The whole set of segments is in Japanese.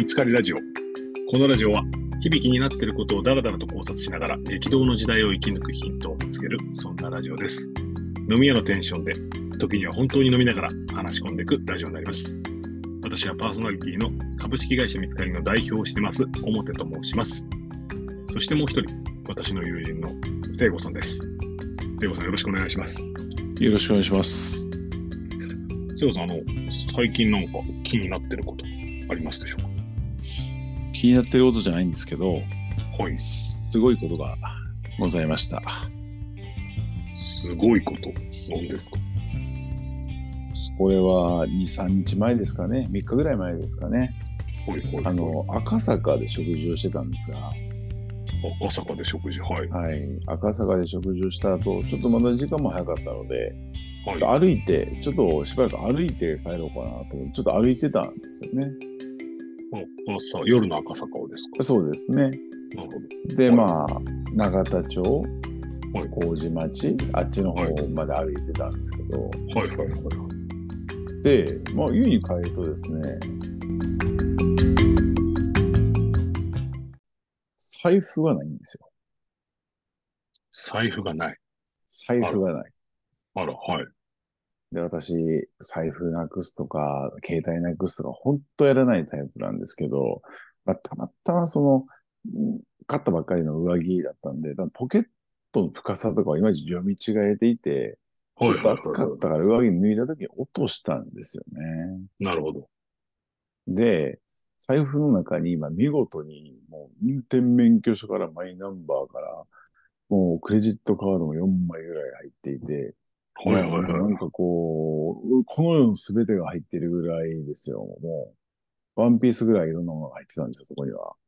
つかりラジオ。このラジオは日々気になっていることをダラダラと考察しながら激動の時代を生き抜くヒントを見つける、そんなラジオです。飲み屋のテンションで時には本当に飲みながら話し込んでいくラジオになります。私はパーソナリティの株式会社見つかりの代表をしてます表と申します。そしてもう一人、私の友人の聖子さんです。聖子さん、よろしくお願いします。 よろしくお願いします。 聖子さん、最近なんか気になってることありますでしょうか？ 気になってることじゃないんですけど、 はい。 すごいことがございました。 すごいこと、なんですか？ これは2、3日前ですかね。3日ぐらい前ですかね。 はいはいはい。 赤坂で食事をしてたんですが、 赤坂で食事、はい。 はい。赤坂で食事をした後、ちょっとまだ時間も早かったので、 はい。 歩いて、ちょっとしばらく歩いて帰ろうかなと思って、ちょっと歩いてたんですよね。 夜の赤坂をですか？ そうですね。 なるほで、 ど。はい。 まあ、永田町、 はい。 麹町、あっちの方はい。 まで歩いてたんですけど、 はいはいはいはい。 で、まあ、家に帰るとですね、財布がないんですよ。 財布がない。あら、 財布がない。 あら、はい。 で、私、財布なくすとか、携帯なくすとか、本当やらないタイプなんですけど、まあ、たまたま買ったばっかりの上着だったんで、ポケットの深さとかをいまいち読み違えていて、 はいはいはいちょっと暑かっはたから上着脱いだ時に落としたんですよね。 い。なるほど。 で、財布の中に今見事にもう運転免許証からマイナンバーからもうクレジットカードも4枚ぐらい入っていて、 はいはいはもうなんかこう、この世の全てが入ってるぐらいですよ。もう、ワンピースぐらいいろんなものが入ってたんですよ、そこには。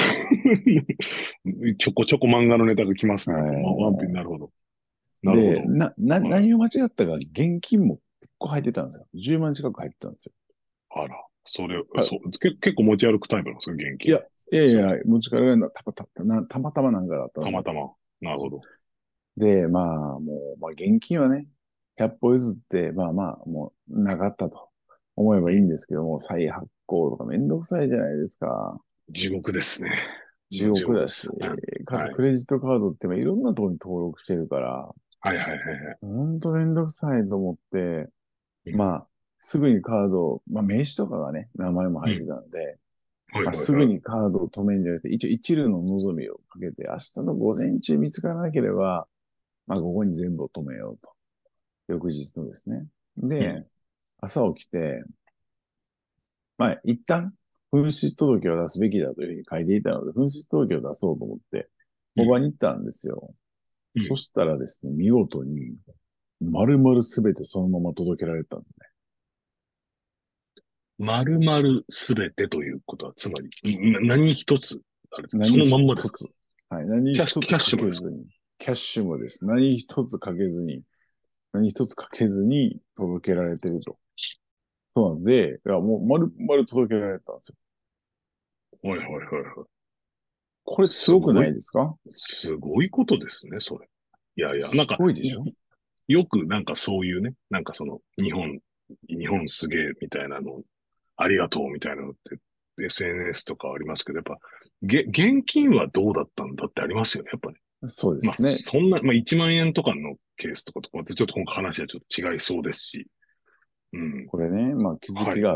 い。ちょこちょこ漫画のネタが来ますはね。まあ、ワンピい。 なるほど。なるほで、 ど。はい。 何を間違ったか、現金も結構入ってたんですよ。10万近く入ってたんですよ。 あら、それ、 あ、 そう、結構持ち歩くタイプなんですか、現金？ いや、持ち帰りがたまたまなんかだったんですよ。 たまたま。なるほど。 で、まあ、まあ、現金はね、100歩譲って、まあまあ、もう、なかったと思えばいいんうん。 ですけども、再発行とかめんどくさいじゃないですか。 地獄ですね。 地もう地獄だし、 獄ですよね。 かつはい。 クレジットカードってまあいろんなところに登録してるから、 はいはいはいはい。 ほんとめんどくさいと思って、 うん。 まあ、すぐにカード、まあ名刺とかがね、名前も入ってうん。 たので、 はいまあ、 はいはい。 すぐにカードを止めるんじゃなくて、一応一縷の望みをかけて、明日の午前中見つからなければ、まあ、午後に全部を止めようと。翌日のですね。 うん。 で、朝起きて、まあ、一旦、紛失届を出すべきだというふうに書いていたので、紛失届を出そうと思って、 うん。 交番に行ったんですよ。 うん。 そしたらですね、見事に、丸々すべてそのまま届けられたんですね。 丸々すべてということは、つまり、何一つ、あれ、そ何のまんまですか？ 一つ、はい、何一キャッつかシュもですか？ けずに、キャッシュもです。何一つかけずに、何一つかけずに届けられてると。そうなんで、いや、もう丸々届けられたんですよ。 はいはいはいはい。 これすごくすごい、 ないですか？ すごいことですね、それ。いやいや、なんすか、 ごいでしょ？ よくなんかそういうね、なんかその、日本すげえみたいなの、ありがとうみたいなのって、SNS とかありますけど、やっぱ、現金はどうだったんだってありますよね、やっぱね。まあ、 そうですね。 そんな、まあ、1万円とかのケースとかと、またちょっと今回話はちょっと違いそうですし、うん。 これね、まあ気づはい、 きがあって、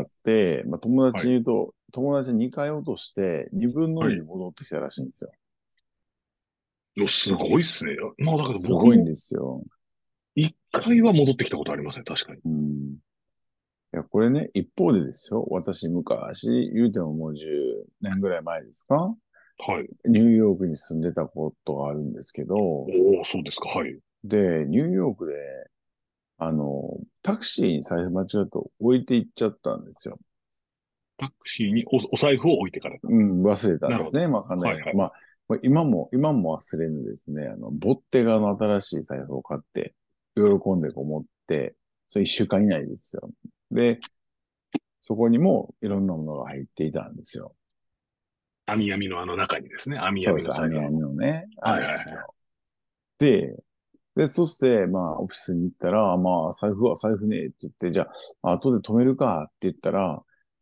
まあ友はい、 達に言うと、友達2回落として2分の2にはい。 戻ってきたらしいんですよ。 すごいっすね。まあ、だけどすごいん僕もですよ。 1回は戻ってきたことありません、確かに。 うん。いや、これね、一方でですよ。私昔、言うてももう10年ぐらい前ですか？ はい。 ニューヨークに住んでたことがあるんですけど、 おお、そうですか、はい。 で、ニューヨークで、タクシーに財布間違って置いていっちゃったんですよ。 タクシーにお財布を置いてかれた。 うん、忘れたんなるほど。 ですね。まあ、簡単に言うと。 はいはい。 まあ今も忘れぬですね、ボッテガの新しい財布を買って、喜んでこう持って、それ一週間以内ですよ。で、そこにもいろんなものが入っていたんですよ。 網網のあの中にですね。網網そうです。 の財布の。 のね、あはいはいはい。 れの。で、そして、まあ、オフィスに行ったら、まあ、財布ねって言って、じゃあ、後で止めるかって言ったら、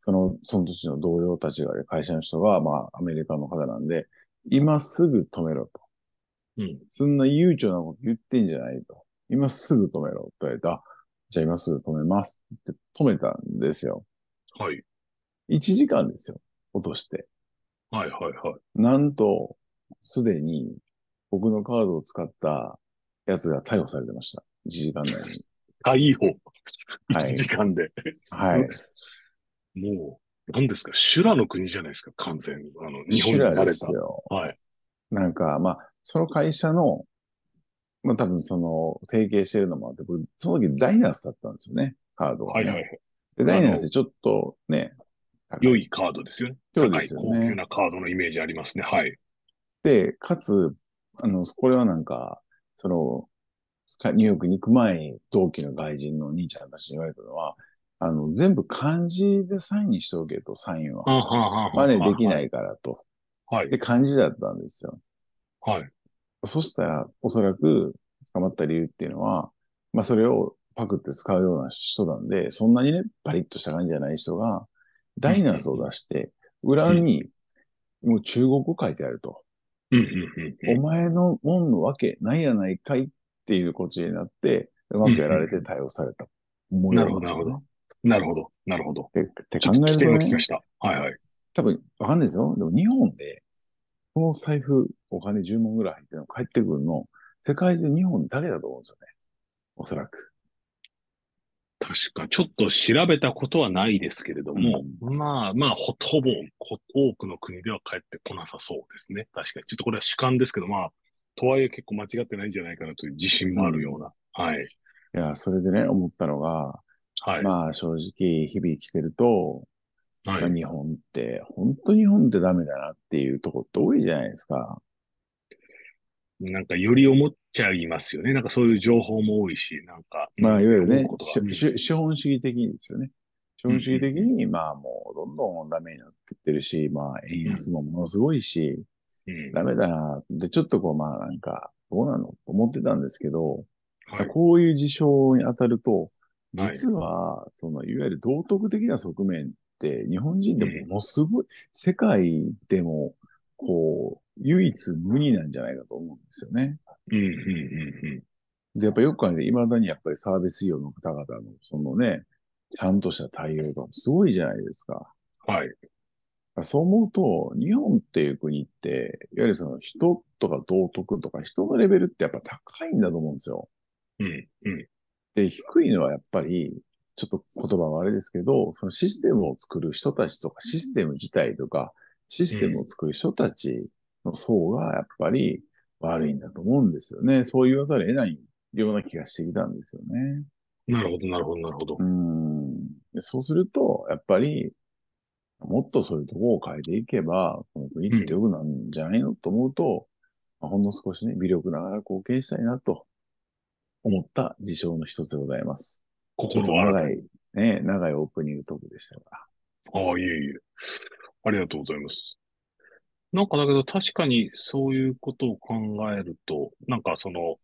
その年の同僚たちが、会社の人が、まあ、アメリカの方なんで、今すぐ止めろと。 うん。 そんな悠長なこと言ってんじゃないと。今すぐ止めろと言われた。じゃあ今すぐ止めますって止めたんですよ。 はい。 1時間ですよ。落として。 はいはいはい。 なんと、すでに僕のカードを使ったやつが逮捕されてました。1時間内に。 逮捕。1 はい。 時間で。 はい。 もう、何ですか、修羅の国じゃないですか、完全に。日本修羅でに慣れた。 すよ。 はい。 なんか、まあ、その会社の、まあ多分提携してるのもあって、僕、その時ダイナースだったんですよね。カードがね。 はいはいはい。 で、ダイナースってちょっとね、高い。 良いカードですよね。 そうで高いすよね。 高級なカードのイメージありますね。はい。 で、かつ、これはなんか、その、ニューヨークに行く前に同期の外人の兄ちゃんたちに言われたのは、全部漢字でサインしておけと、サインは。 あははは真似できははないからと。 はい。 で、漢字だったんですよ。 はい。 そしたら、おそらく捕まった理由っていうのは、まあそれをパクって使うような人なんで、そんなにね、パリッとした感じじゃない人が、 うん、 ダイナースを出して、裏うん、 にもう中国語書いてあると。 うん、うん、うん、 お前のもんのわけないやないかいっていうこっちになって、ううん、 まくやられてうん。 逮捕された模なるほど、な様なんですよね。 るほど。なるほど、なるほど。 って考ちょっと起点えるとね、 を聞きました。はいはい。 多分わかんないですよ。でも日本で、この財布、お金10万ぐらい入ってるの帰ってくるの、世界中日本だけだと思うんですよね。おそらく。 確か、ちょっと調べたことはないですけれども、 うん。 まあまあ、ほぼ多くの国では帰ってこなさそうですね。確かに。ちょっとこれは主観ですけど、まあ、とはいえ結構間違ってないんじゃないかなという自信うん。 もあるような。はい。 いや、それでね、思ったのが、 はい。 まあ正直、日々生きてると、まあはい。 日本って、本当日本ってダメだなっていうとこって多いじゃないですか。 なんかより思っちゃいますよね。なんかそういう情報も多いし、なんか、うまあ、いん、 わゆるね、 思うことが。うん。 資本主義的にですよね。資うん、う本主義的ん、 に、まあもうどんどんダメになっていってるし、まあ円うん、 安もものすごいし、 うん。うん。 ダメだな。で、ちょっとこうまあなんか、どうなのと思ってたんですけど、 はい。 こういう事象に当たると、 はい。 実は、いわゆる道徳的な側面って、日本人でもうん。 のすごい、世界でも、こう、唯一無二なんじゃないかと思うんですよね。 うん、うん、うん、うん。 で、やっぱよく考えて、未だにやっぱりサービス業の方々の、そのね、ちゃんとした対応がすごいじゃないですか。 はい。 そう思うと、日本っていう国って、いわゆるその人とか道徳とか人のレベルってやっぱ高いんだと思うんですよ。 うん、うん、 で、低いのはやっぱり、ちょっと言葉はあれですけど、そのシステムを作る人たちとか、システム自体とか、システムをうん。 作る人たちの層がやっぱり悪いんだと思うんですよね。そう言わざるを得ないような気がしてきたんですよね。 なるほど、なるほど、なるほど。 でそうすると、やっぱり、もっとそういうところを変えていけば、この国っうん。 て良くなるんじゃないのと思うと、ほんの少しね、微力ながら貢献したいなと思った事象の一つでございます。ちょっと心新たに。 長い、ね、長いオープニングトークでしたが。 ああ、いえいえ。ありがとうございます。なんかだけど確かにそういうことを考えると、なんか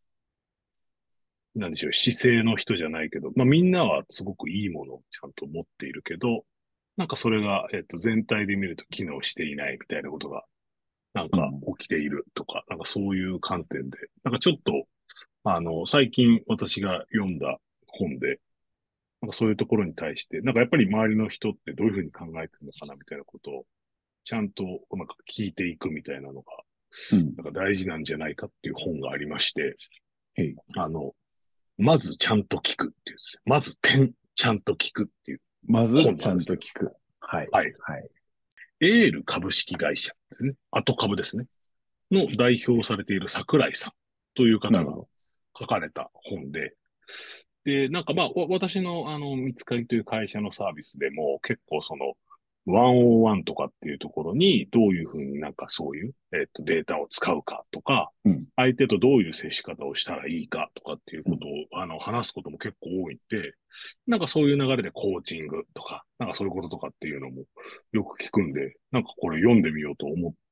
なんでしょう、姿勢の人じゃないけど、まあみんなはすごくいいものをちゃんと持っているけど、なんかそれが、全体で見ると機能していないみたいなことが、なんかうん。 起きているとか、なんかそういう観点で、なんかちょっと、最近私が読んだ本で、なんかそういうところに対して、なんかやっぱり周りの人ってどういうふうに考えてるのかなみたいなことを、ちゃんとなんか聞いていくみたいなのが、 うん。 なんか大事なんじゃないかっていう本がありまして、 へい。 あの、まずちゃんと聞くっていうですね、まずちゃんと聞くっていうまず、ちゃん本なんですよ。 と聞く。はい。 はい。 はい。 エール株式会社ですね。後株ですね。の代表をされている桜井さんという方がなるほど。 書かれた本で、で、なんかまあ、私の見つかりという会社のサービスでも結構101とかっていうところにどういうふうになんかそういう、データを使うかとか、 うん。 相手とどういう接し方をしたらいいかとかっていううん。 ことを話すことも結構多いんで、なんかそういう流れでコーチングとか、なんかそういうこととかっていうのもよく聞くんで、なんかこれ読んでみようと思って、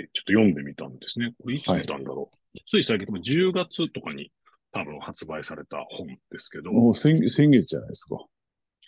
ちょっと読んでみたんですね。これいつはい。 出たんだろう。つい最近、10月とかに多分発売された本ですけど、 もう先月じゃないですか。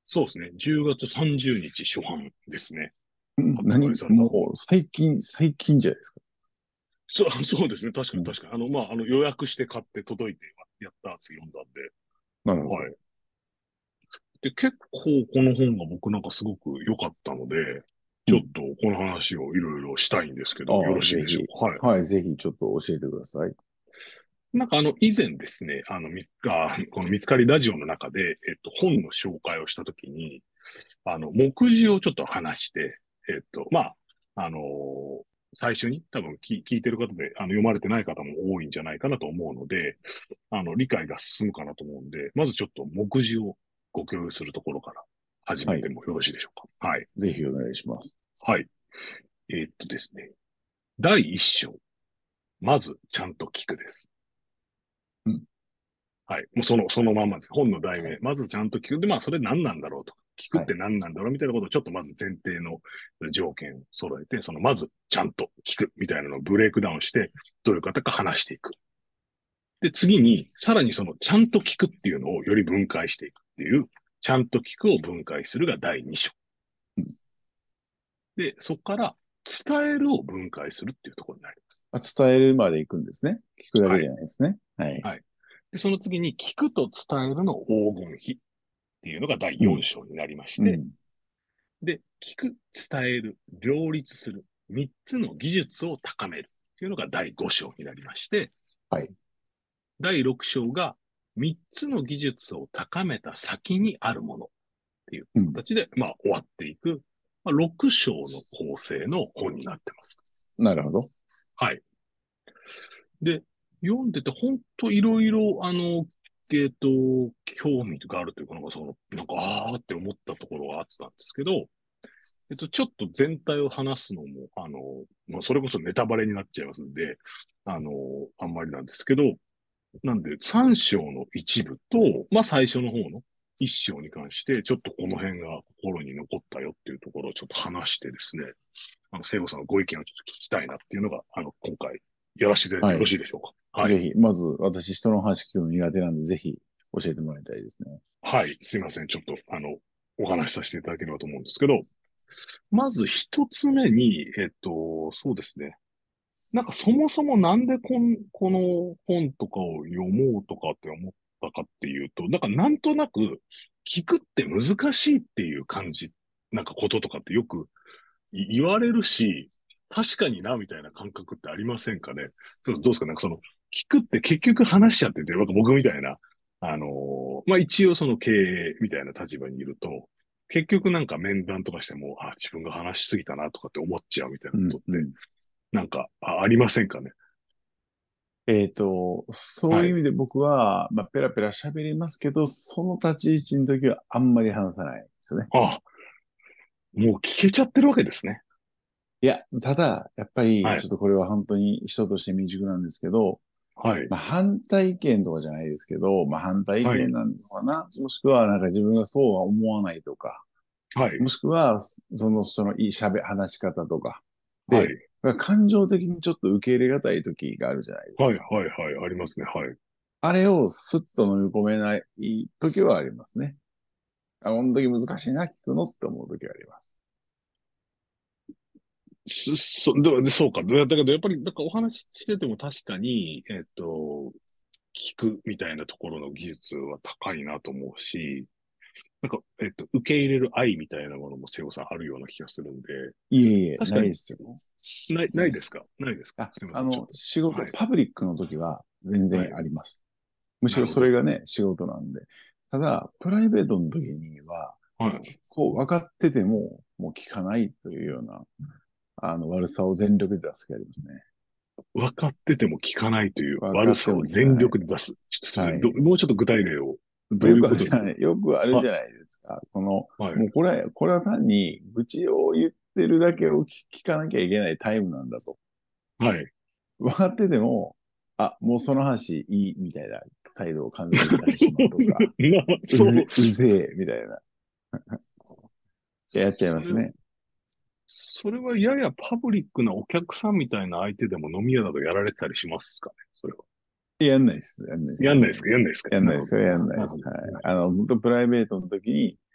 そうですね。10月30日初版ですね。発何売されたの。 もう最近じゃないですか。 そうですね。確かうん、 に確かに。予約して買って届いて、やったーって読んだんで。 なるほど。 はい。で、結構この本が僕なんかすごく良かったので、 うん。 ちょっとこの話をいろいろしたいんですけど、よああ、 ろしいぜひ。 でしょうか。はい。 はい、ぜひちょっと教えてください。 なんか以前ですね、この見つかりラジオの中で、本の紹介をしたときに、目次をちょっと話して、まあ、最初に多分聞いてる方で、読まれてない方も多いんじゃないかなと思うので、理解が進むかなと思うんで、まずちょっと目次をご共有するところから始はい。 めてもよろしいでしょうか。はい。 ぜひお願いします。 はい。ですね。第一章。まず、ちゃんと聞くです。 うん。 はい。もうそのまんまです。本の題名。まずちゃんと聞く。で、まあ、それ何なんだろうとか、聞くはい。 って何なんだろうみたいなことをちょっとまず前提の条件を揃えて、まずちゃんと聞くみたいなのをブレイクダウンして、どういう方か話していく。で、次に、さらにちゃんと聞くっていうのをより分解していくっていう、ちゃんと聞くを分解するが第2章。 うん。 で、そこから伝えるを分解するっていうところになります。 伝えるまで行くんですね。聞くだけじゃはい。 ないですね。はい。 はい。で、その次に、聞くと伝えるの黄金比っていうのが第うん。 4章になりまして、 うん。 で、聞く、伝える、両立する、3つの技術を高めるっていうのが第5章になりまして、 はい。 第6章が3つの技術を高めた先にあるものっていううん。 形で、まあ、終わっていく、まあ、6章の構成の本になってます。 なるほど。 はい。で、読んでて、本当いろいろ、興味があるというか、なんか、あーって思ったところがあったんですけど、ちょっと全体を話すのも、まあ、それこそネタバレになっちゃいますんで、あんまりなんですけど、なんで、3章の一部と、まあ、最初の方の1章に関して、ちょっとこの辺が心に残ったよっていうところをちょっと話してですね、聖子さんのご意見をちょっと聞きたいなっていうのが、今回、やらせていただいてよろはい。 しいでしょうか。はい。 ぜひ、まず、私、人の話聞くの苦手なんで、ぜひ、教えてもらいたいですね。 はい。すいません。ちょっと、お話しさせていただければと思うんですけど、まず一つ目に、そうですね。なんかそもそもなんでこの本とかを読もうとかって思ったかっていうと、なんかなんとなく聞くって難しいっていう感じ、なんかこととかってよく言われるし、確かになみたいな感覚ってありませんかね。どうですか？なんか聞くって結局話しちゃってて、なんか僕みたいな、まあ一応その経営みたいな立場にいると、結局なんか面談とかしても、あ、自分が話しすぎたなとかって思っちゃうみたいなうん、 ことって、 うん。 なんか、ありませんかね。 そうはい。 いう意味で僕は、まあ、ペラペラ喋りますけど、その立ち位置の時はあんまり話さないですよね。 あ、もう聞けちゃってるわけですね。 いや、ただ、やっぱり、 はい。 ちょっとこれは本当に人として未熟なんですけど、 はい。 まあ、反対意見とかじゃないですけど、まあ、反対意はい。 見なのかな、もしくは、なんか自分がそうは思わないとか、 はい。 もしくは、いい話し方とか。で、 はい。 感情的にちょっと受け入れがたい時があるじゃないですはい。 か。 はい。はい。ありますね。はい。 あれをスッと飲み込めない時はありますね。この時難しいな、聞くのって思う時はあります。 そうか。だけど、やっぱり、なんかお話ししてても確かに、聞くみたいなところの技術は高いなと思うし、なんか、受け入れる愛みたいなものも瀬尾さんあるような気がするんで、 いえいえ、 確かに、 ないですよ。 ないですか？ ないです。 ないですか？すいません。ちょっと。 仕事、 はい。 パブリックの時は全然はい。 あります。むしろなるほど。 それがね、仕事なんで。ただ、プライベートの時には、 はい。 結構分かってても、もう聞かないというような、悪さを全力で出す時ありますね。 分かってても聞かないという分かって悪さを全も聞かない。 力で出す。ちょっとすみません。 はい。 もうちょっと具体例を。どういうよくあことですか？ るじゃない、よくあるあ、 じゃないですか。 はい。 もうこれは単に愚痴を言ってるだけを聞かなきゃいけないタイムなんだと。 はい。 分かってても、もうその話いいみたいな態度を完全に出してしまうとか、 そう。 うぜえみたいな。やっちゃいそれ、 ますね。 それはややパブリックなお客さんみたいな相手でも飲み屋などやられてたりしますかね？それは。 やんないです。やんないです。やんやんないですか？やんないでないです。 すか？ やんないですよ。 なるほど。 やんないです。はい。 なるほど。 本当プライベートの時に、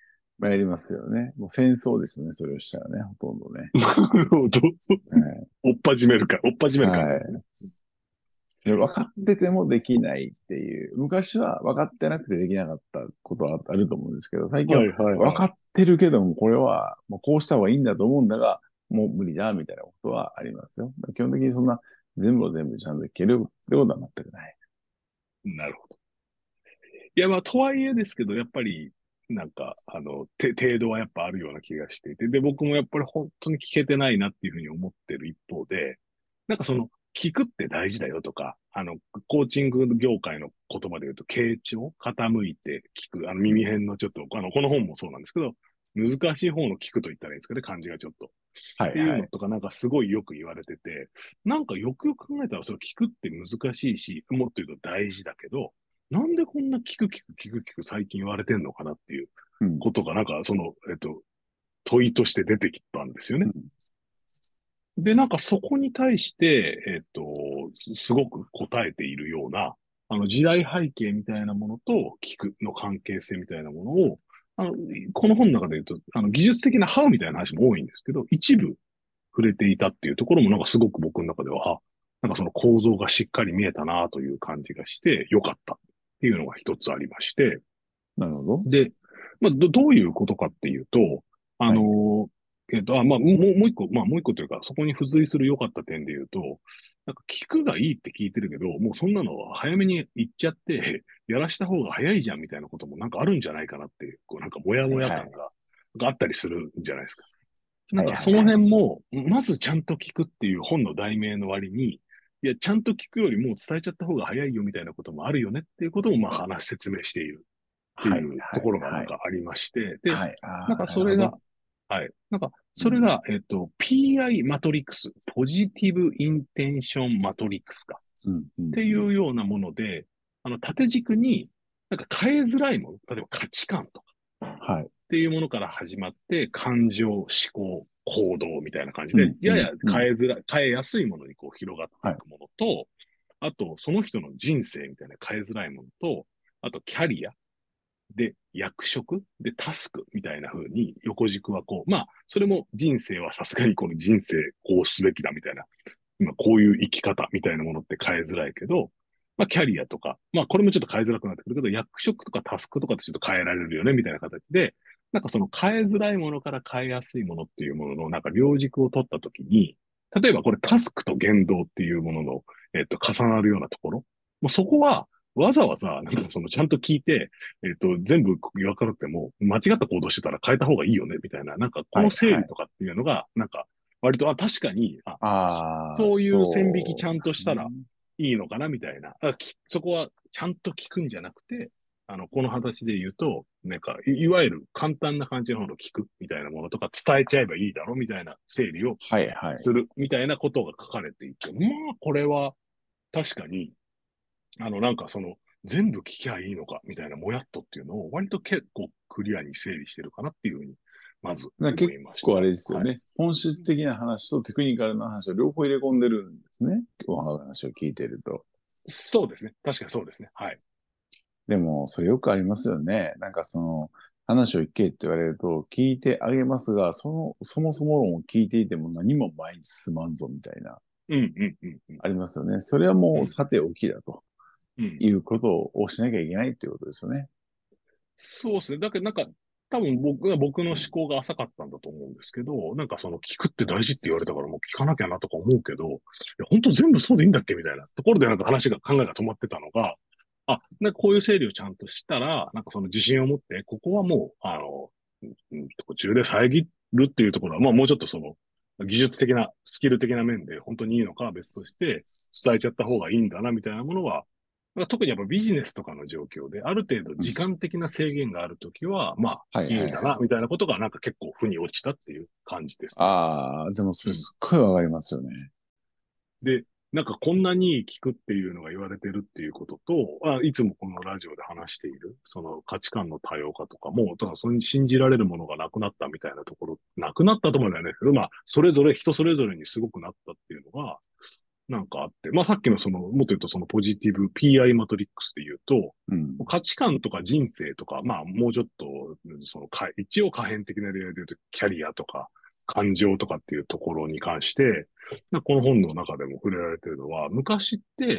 まあ、やりますよね。もう戦争ですよね、それをしたらね、ほとんどね。 なるほど。追っ始めるか、追っ始める感じですね。 はい。で、分かっててもできないっていう。昔は分かってなくてできなかったことはあると思うんですけど、最近ははいはいはい。 分かってるけども、これはもうこうした方がいいんだと思うんだが、もう無理だ、みたいなことはありますよ。基本的にそんな全部を全部ちゃんといけるってことは全くない。 なるほど。いや、まあ、とはいえですけど、やっぱり、なんか、程度はやっぱあるような気がしていて、で、僕もやっぱり本当に聞けてないなっていうふうに思ってる一方で、なんかその、聞くって大事だよとか、コーチング業界の言葉で言うと、傾聴、傾いて聞く、耳辺のちょっと、この本もそうなんですけど、難しい方の聞くと言ったらいいんですかね、漢字がちょっと。っていうはいはい。 のとかなんかすごいよく言われてて、なんかよくよく考えたらそれ聞くって難しいし、もっと言うと大事だけど、なんでこんな聞く最近言われてんのかなっていううん。 ことがなんか問いとして出てきたんですよね。 うん。 で、なんかそこに対して、すごく答えているような、時代背景みたいなものと聞くの関係性みたいなものを、あの、この本の中で言うと、技術的なハウみたいな話も多いんですけど、一部触れていたっていうところもなんかすごく僕の中では、なんかその構造がしっかり見えたなという感じがして、よかったっていうのが一つありまして、 なるほど。 で、まあ、どういうことかっていうと、あはい。 の、まあ、もう一個、まあ、もう一個というか、そこに付随する良かった点で言うと、なんか聞くがいいって聞いてるけど、もうそんなのは早めに言っちゃって、やらした方が早いじゃんみたいなこともなんかあるんじゃないかなっていう、こうなんかモヤモヤはいはい。 感があったりするんじゃないですか。なんはいかそのはいはい。 辺も、まずちゃんと聞くっていう本の題名の割に、いや、ちゃんと聞くよりも伝えちゃった方が早いよみたいなこともあるよねっていうことも、まあ説明しているってはいいうとはいころがなんはい。 かありまして、で、 はい。あなんあ、 かそれが、 なるほど。 はい。なんか、 うん。 それが、PI マトリックス、ポジティブインテンションマトリックスかうん。うん。 っていうようなもので、縦軸に、なんか変えづらいもの、例えば価値観とかはい。 っていうものから始まって、感情、思考、行動みたいな感じで、 うん。うん。 ややうん。 変えやすいものにこう広がってはい。 いくものと、あと、その人の人生みたいな変えづらいものと、あと、キャリア、で、役職で、タスクみたいな風に横軸はこう、まあ、それも人生はさすがにこの人生こうすべきだみたいな、今こういう生き方みたいなものって変えづらいけど、まあ、キャリアとか、まあ、これもちょっと変えづらくなってくるけど、役職とかタスクとかってちょっと変えられるよねみたいな形で、なんかその変えづらいものから変えやすいものっていうものの、なんか両軸を取ったときに、例えばこれタスクと言動っていうものの、重なるようなところ、もうそこはわざわざ、なんかそのちゃんと聞いて、全部言わなくても、間違った行動してたら変えた方がいいよね、みたいな、なんかこのはい。はい。 整理とかっていうのが、なんか、割と、確かに、 ああ、 そういう線引きちゃんそうだね。 としたらいいのかな、みたいな。そこはちゃんと聞くんじゃなくて、この形で言うと、なんか、いわゆる簡単な感じの方の聞くみたいなものとか伝えちゃえばいいだろ、みたいな整理をはいはい。 する、みたいなことが書かれていて、まあ、これは確かに、なんかその、全部聞きゃいいのか、みたいなもやっとっていうのを、割と結構クリアに整理してるかなっていうふうに、まず思結いました。 構あれですよはい。 ね。本質的な話とテクニカルな話を両方入れ込んでるんですね。今日の話を聞いてると。 そうですね。確かにそうですね。はい。 でも、それよくありますよね。話を聞けって言われると、聞いてあげますが、そもそも論を聞いていても何も前に進まんぞみたいな、 うん、うん、うん、うん。 ありますよね。それはもうん、 うさておきだとうん。 いうことをしなきゃいけないっていうことですよね。 そうですね。だけどなんか、多分僕の思考が浅かったんだと思うんですけど、なんかその聞くって大事って言われたからもう聞かなきゃなとか思うけど、いや、本当全部そうでいいんだっけみたいなところでなんか考えが止まってたのが、なんかこういう整理をちゃんとしたら、なんかその自信を持って、ここはもう、途中で遮るっていうところは、まあもうちょっとその、技術的な、スキル的な面で本当にいいのかは別として伝えちゃった方がいいんだなみたいなものは、まあ、特にやっぱビジネスとかの状況で、ある程度うん。 時間的な制限があるときは、まあはいいいんだな、 はいはい。 みたいなことがなんか結構負に落ちたっていう感じですね。 ああ、でもそうん。 れすっごいわかりますよね。 で、なんかこんなに聞くっていうのが言われてるっていうことと、いつもこのラジオで話している、その価値観の多様化とかも、ただそれに信じられるものがなくなったみたいなところ、なくなったとまではないですけど、まあ、それぞれ、人それぞれにすごくなったっていうのが、 なんかあって、まあさっきのもっと言うとそのポジティブ PI マトリックスで言うと、 うん。 価値観とか人生とか、まあもうちょっと、一応可変的な例で言うと、キャリアとか、感情とかっていうところに関して、まあこの本の中でも触れられてるのは、昔って、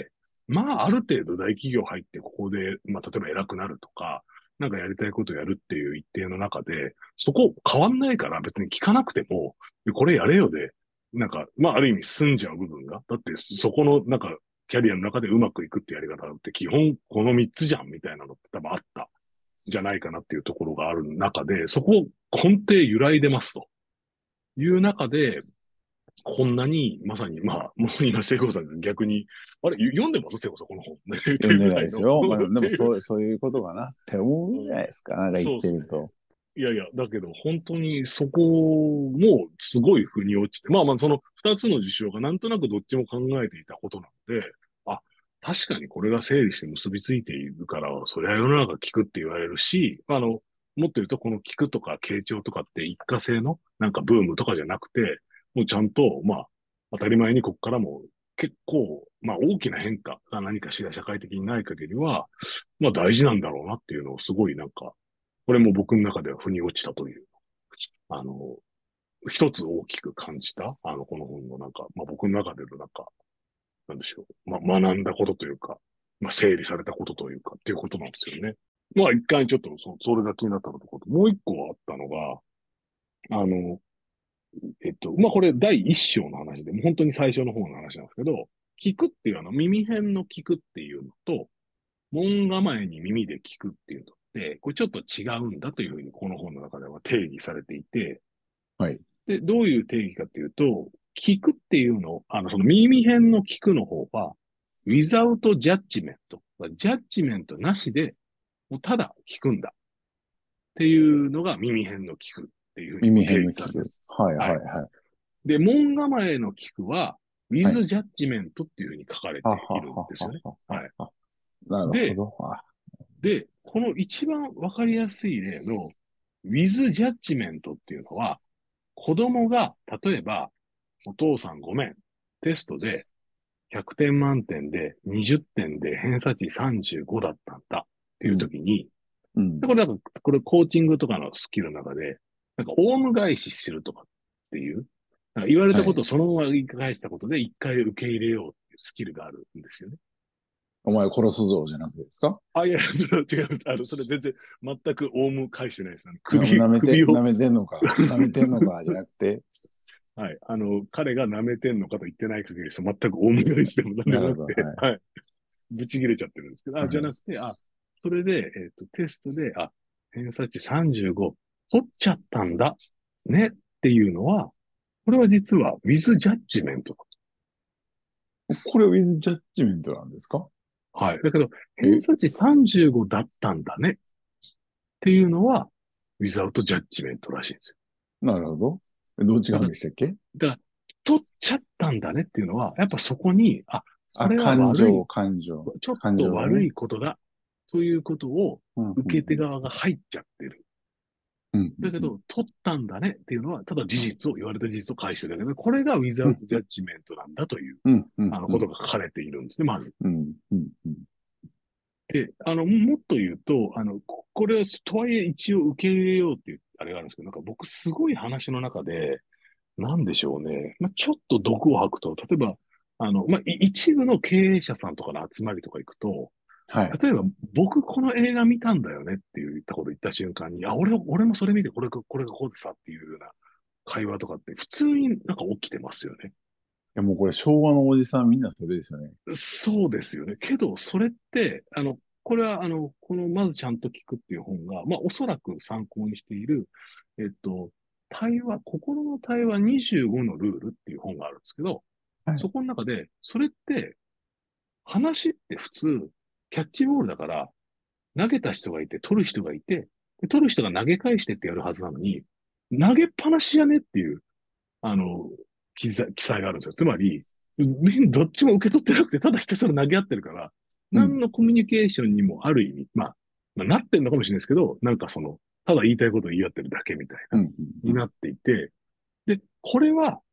まあある程度大企業入ってここで、まあ例えば偉くなるとか、なんかやりたいことをやるっていう一定の中で、そこ変わんないから別に聞かなくても、これやれよで、なんか、まあ、ある意味済んじゃう部分が。だって、そこの、なんか、キャリアの中でうまくいくってやり方って基本この3つじゃんみたいなのって多分あったじゃないかなっていうところがある中で、そこ根底揺らいでますという中で、こんなに、まさに、まあ、もう今、聖子さんが逆に、あれ、読んでます聖子さん、この本。って読んでいうぐらいの。 ないですよ。まあ、でっていう、 もそういうことかなって思うんじゃないですか。なんか言っそうですね。 てると。 いやいや、だけど本当にそこもすごい腑に落ちて、まあまあその二つの事象がなんとなくどっちも考えていたことなので、あ、確かにこれが整理して結びついているから、そりゃ世の中聞くって言われるし、もっと言うとこの聞くとか傾聴とかって一過性のなんかブームとかじゃなくて、もうちゃんと、まあ、当たり前にここからも結構、まあ大きな変化が何かしら社会的にない限りは、まあ大事なんだろうなっていうのをすごいなんかこれも僕の中では腑に落ちたという、あの、一つ大きく感じた、この本のなんか、まあ僕の中でのなんか、なんでしょう、まあ学んだことというか、まあ整理されたことというかっていうことなんですよね。まあ一回ちょっとそれが気になったのと、もう一個あったのが、あの、まあこれ第一章の話で、もう本当に最初の方の話なんですけど、聞くっていう耳辺の聞くっていうのと、門構えに耳で聞くっていうのって、これちょっと違うんだというふうにこの本の中では定義されていて、 はい。 で、どういう定義かっていうと、聞くっていうの、その耳辺の聞くの方は、without judgment。ジャッジメントなしで、もうただ聞くんだっていうのが耳辺の聞くっていうふうにこ耳う定辺の聞く。 義されてる。 はいはい。 はいはい。 で、門構えの聞くは、 は with い。 judgment っていうふうに書かれははているんはですよね。 はははい。 は。なるほで、 ど。あ、 この一番わかりやすい例の with judgment っていうのは、子供が、例えば、お父さんごめん、テストで100点満点で20点で偏差値35だったんだっていううん。 時に、 うん。 これなんか、これコーチングとかのスキルの中で、なんか、オウム返しするとかっていう、なんか言われたはい。 ことをそのまま言い返したことで一回受け入れようっていうスキルがあるんですよね。 お前殺すぞじゃなくてですか？ あ、いや、それは違います。それ全然、全くオウム返してないです。 いや、 首を、 舐めてんのか。舐めてんのか、じゃなくて。 はい。彼が舐めてんのかと言ってない限り、全くオウム返しでも何でなるほど。 もなくて、 はい。 はい。ぶち切れちゃってるんですけど、じゃはい。 なくて、それで、テストで、偏差値35、取っちゃったんだ、ね、っていうのは、これは実は、with judgment だ。 これ、ウィズジャッジメントなんですか？ はい。だけど、偏え、 差値35だったんだねっていうのは、without judgment らしいんですよ。 なるほど。どう違うんだから、 でしたっけ？ だから取っちゃったんだねっていうのは、やっぱそこに、そあ、 れは悪い、ちょっ感と悪情がね。 いことだということをうん、うん、 受け手うん。 側が入っちゃってる。 うん、うん、 だけど、取ったんだねっていうのは、ただ事実を、言われた事実を返してるだけで、これがう without ん、 judgment なんだという、 うん、うん、うん、 ことが書かれているんですね、まず。 うん、うん、うん。 で、もっと言うと、これは、とはいえ一応受け入れようっていう、あれがあるんですけど、なんか僕すごい話の中で、なんでしょうね。まあ、ちょっと毒を吐くと、例えば、まあ、一部の経営者さんとかの集まりとか行くと、 はい。 例えば、僕この映画見たんだよねって言ったこと言った瞬間に、俺もそれ見てこれがこうでさっていうような会話とかって普通になんか起きてますよね。 や、もうこれ昭和のおじさんみんなそれですよね。 そうですよね。けど、それって、これは、この、まずちゃんと聞くっていう本が、まあ、おそらく参考にしている、えっと、心の対話25のルールっていう本があるんですけど、 はい。 そこの中で、それって、話って普通、キャッチボールだから、投げた人がいて、取る人がいて、で取る人が投げ返してってやるはずなのに、投げっぱなしじゃねっていう、あの、記載があるんですよ。つまり、どっちも受け取ってなくて、ただひたすら投げ合ってるから、 うん。 何のコミュニケーションにもある意味、なってんのかもしれないですけど、なんかただ言いたいことを言い合ってるだけみたいな、 うん。うん。 になっていて、で、これは、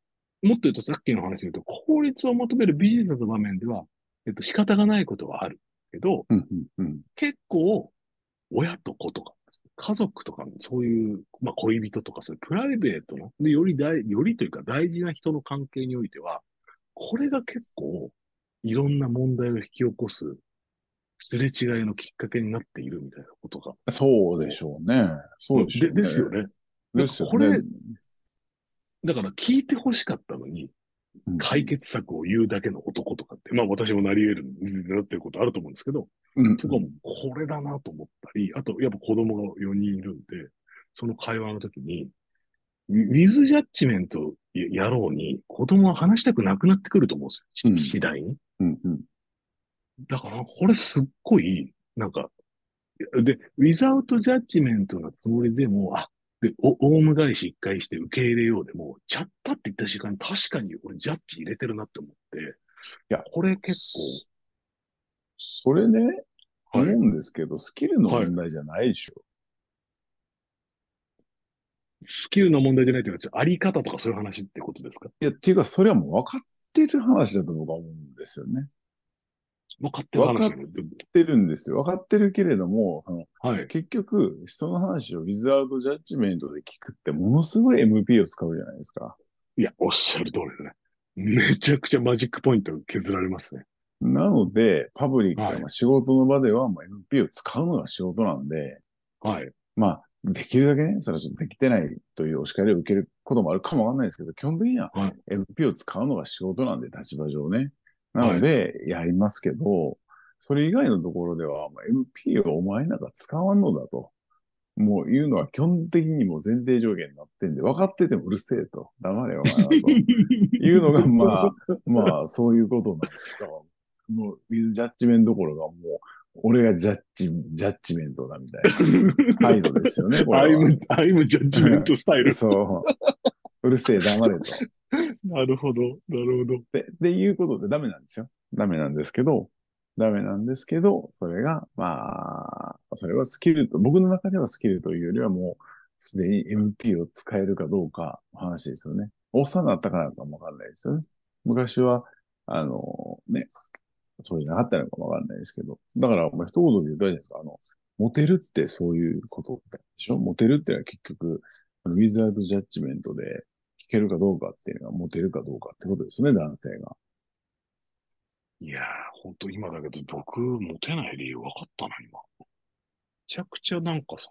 もっと言うとさっきの話で言うと、効率を求めるビジネスの場面では、仕方がないことはあるけど、 うん、うん、うん。 結構、親と子とか、家族とか、そういう、まあ、恋人とか、そういうプライベートの、で、よりというか大事な人の関係においては、これが結構、いろんな問題を引き起こす、すれ違いのきっかけになっているみたいなことが、 そうでしこょうね。そうでしょうね。 ですよね。なんかですよね。 これ、だから聞いて欲しかったのに、 うん、 解決策を言うだけの男とかって、まあ私もなり得る、なってることあると思うんですけど、 うん、うん。 とかもこれだなと思ったり、あとやっぱ子供が4人いるんで、その会話の時に、ウィズジャッジメントやろうに子供は話したくなくなってくると思うんですよ。 うん、 次第に。 うん、うん。 だからこれすっごい、なんか、で、ウィザウトジャッジメントなつもりでも、オウム返し一回して受け入れようでも、チャッタって言った時間に確かに俺ジャッジ入れてるなって思って、 いや、 これ結構、 そそれね、 はい、 思うんですけど、スキルのはい。 問題じゃないでしょ。 スキルの問題じゃないというか、あり方とかそういう話ってことですか？ いや、っていうか、それはもう分かってる話だと僕は思うんですよね。 分かってる分かっ話なので、 てるんですよ。分かってるけれども、 はい。 結局、人の話をウィザードジャッジメントで聞くってものすごい MP を使うじゃないですか。 いや、おっしゃる通りですね。めちゃくちゃマジックポイント削られますね。 なので、パブリックが、 はい。 仕事の場では、MP を使うのが仕事なんで、 はい。 できるだけね、それはちょっとできてないというお叱りを受けることもあるかもわかんないですけど、基本的にははい。 MP を使うのが仕事なんで、立場上ね。なはい。 ので、やりますけど、それ以外のところでは、MP をお前なんか使わんのだと。もう言うのは基本的にもう前提条件になってんで、分かっててもうるせえと。黙れお前はと。いうのが、そういうことなんだ。もう、ウィズジャッジメントどころがもう、俺がジャッジメントだみたいな態度ですよね、これは。 アイムジャッジメントスタイル。 そう、うるせえ、黙れと。 なるほど。なるほど。 でいうことでダメなんですよ。ダメなんですけど、それが、それはスキルと、僕の中ではスキルというよりはもう、すでに MP を使えるかどうかの話ですよね。おっさんだったからかもわかんないですよね。昔は、ね、そうじゃなかったのかもわかんないですけど。だから、一言で言うとあれですか、モテるってそういうことでしょ。モテるってのは結局、ウィザードジャッジメントで聞けるかどうかっていうのはモテるかどうかってことですよね、男性が。 いやー、本当今だけど僕、モテない理由分かったな、今。めちゃくちゃなんか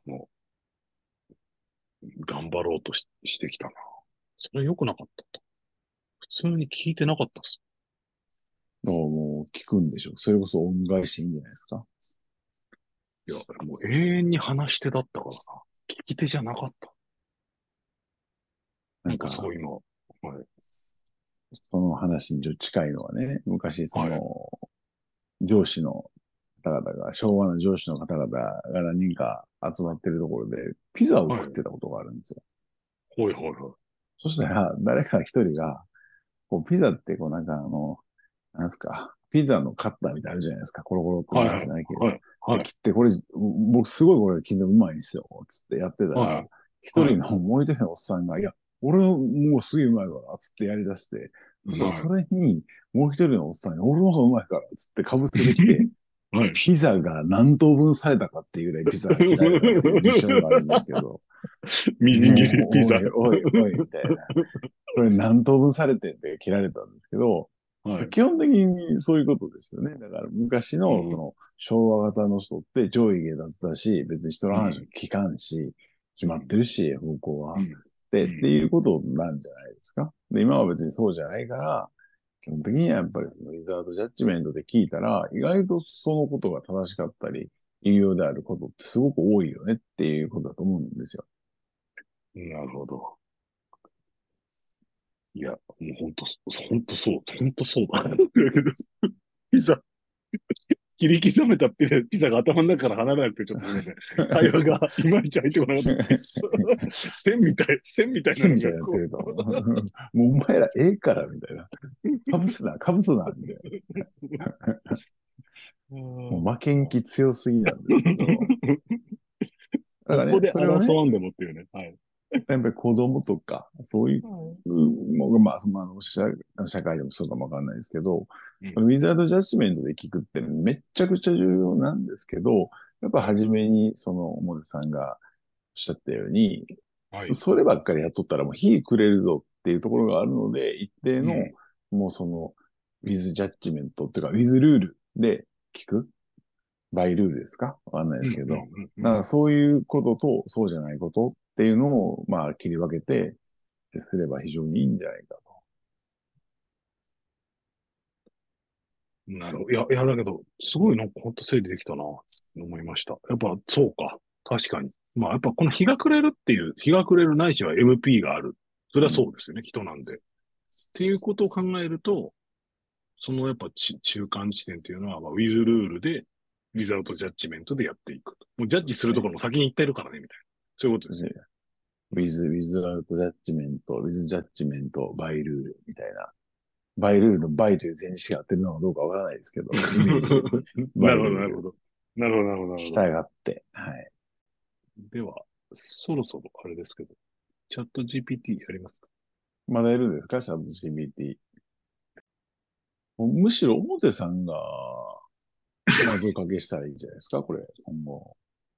頑張ろうとしてきたな。それ良くなかったと。普通に聞いてなかったっす。 だからもう聞くんでしょ。それこそ恩返しいいんじゃないですか。 いや、もう永遠に話し手だったからな。聞き手じゃなかった。なんかすなんか、 ごい今、はい。 その話にちょっと近いのはね、昔はい。 上司の方々が、昭和の上司の方々が何人か集まってるところで、ピザをはい。 食ってたことがあるんですよ。 ほいほいほそしたら、誰か一人が、ピザってなんすか、ピザのカッターみたいなのあるじゃないですか。コロコロってい。はい回はい。 しないけど。 はい。 で、 はい。 切って、これ、僕すごいこれ切るのうまいんですよ。つってやってたら、 はい。はい。 もう一人のおっさんが、いや、俺もうすげえうまいから、つってやり出して、そしたらそはれに、もう一人のおっさんに、俺の方がうまいから、つってかぶせてきて、 い。はい。 ピザが何等分されたかっていうぐらいピザが切られたっていう事象があるんですけど、 みじん切りピもう、 ザ。 おい、みたいな。これ何等分されてって切られたんですけど、 はい。 基本的にそういうことですよね。だから昔のそうん。 の昭和型の人って上位下脱だし、別に人の話をうん。 聞かんし、決まっうん。 てるし、方向は。 うん。 ってうん。 いうことなんじゃないですか。で、今は別にそうじゃないから、基本的にはやっぱりそのリザードジャッジメントで聞いたら、意外とそのことが正しかったり、有用であることってすごく多いよねっていうことだと思うんですよ。 なるほど。いや、もう本当そう、本当そうだ。だけど、ピザ、切り刻めたピザが頭の中から離れなくて、ちょっとすみません。会話がいまいち入ってこなかったです。線みたいな線みたいのがになってると。もうお前らええからみたいな。かぶすな、みたいな。 うもうん。 負けん気強すぎなんですけど。だからね、 ここでそれをね、 争わんでもっていうね。はい。 やっぱり子供とか、そういうのが、まあ、社会でもそうかもわかんないですけど、 うん。 ウィザードジャッジメントで聞くってめっちゃくちゃ重要なんですけど、やっぱはい。 初めに、表さんがおっしゃったように、 はい。 そればっかりやっとったらもう日暮れるぞっていうところがあるので、一定の、 うん。 もうウィズジャッジメントっていうか、ウィズルールで聞くバイルールですかわかんないでうん。 すけど、 うん。うん。うん。 だからそういうこととそうじゃないことっていうのを、まあ切り分けてすれば非常にいいんじゃないかと。 なるほど。だけど、すごいなんか本当整理できたな、と思いました。やっぱ、そうか。確かに。まあ、やっぱこの日が暮れるっていう、日が暮れるないしは MP がある。それはうん。 そうですよね、人なんで。っていうことを考えると、そのやっぱ中間地点っていうのは、まあ、ウィズルールで、ウィザウトジャッジメントでやっていくと。もうジャッジするとこね。 ろも先に言ってるからね、みたいな。そういうことですよね。 ウィズアウトジャッジメント、ウィズジャッジメント、バイルールみたいな。バイルールのバイという前置詞が合ってるのかどうかわからないですけど、イメージ、バなるほど、 イルール、 なるほど。なるほど、なるほど、なるほど。 従って、はい。 では、そろそろあれですけど、チャット GPT やりますか？ まだいるんですかチャット GPT。むしろ表さんが謎かけしたらいいんじゃないですかこれ、今後。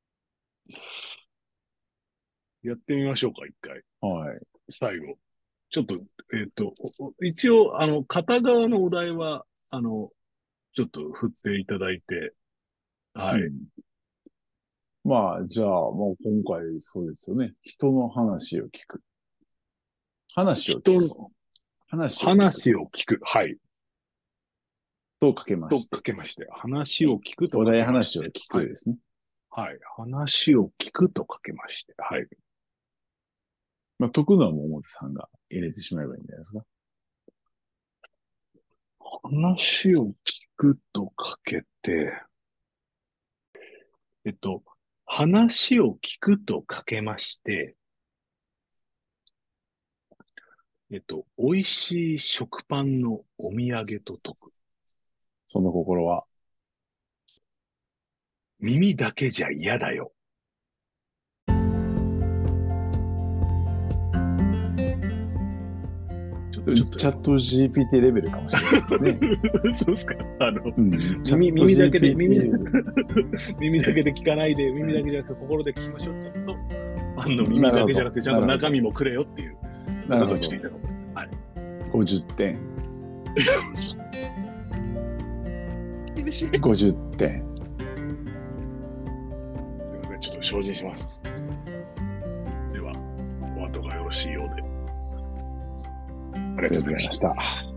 やってみましょうか、一回。 はい。 最後。ちょっと、一応、片側のお題は、ちょっと振っていただいて、はい。 うん。まあ、じゃあ、もう今回そうですよね。人の話を聞く。話を聞く。 人の話を聞く。 話を聞く。はい。 とかけまとして。 かけまして、話を聞くとおか題話をけまして、はい。 聞くですね。 はい。話を聞くとかけまして、はい。 まあ、解くのはもう表さんが入れてしまえばいいんじゃないですか。 話を聞くとかけて、えっと、話を聞くとかけまして、美味しい食パンのお土産と解く。 その心は。 耳だけじゃ嫌だよ。ちょっと、 チャット GPT レベルかもしれないですね。 そうですか。 うん。チャット耳だけで、 GPT レベル。 耳だけで聞かないで、耳だけじゃなくて心で聞きましょうって言うと、ファンの耳なるほど。 だけじゃなくて、ちゃんと中身もくれよっていう、そういうことなるほど。 にしていただきます。はい。 50点。 厳しい。す 50点。 みません、ちょっと精進します。では、お後がよろしいようで。ありがとうございました。 ありがとうございました。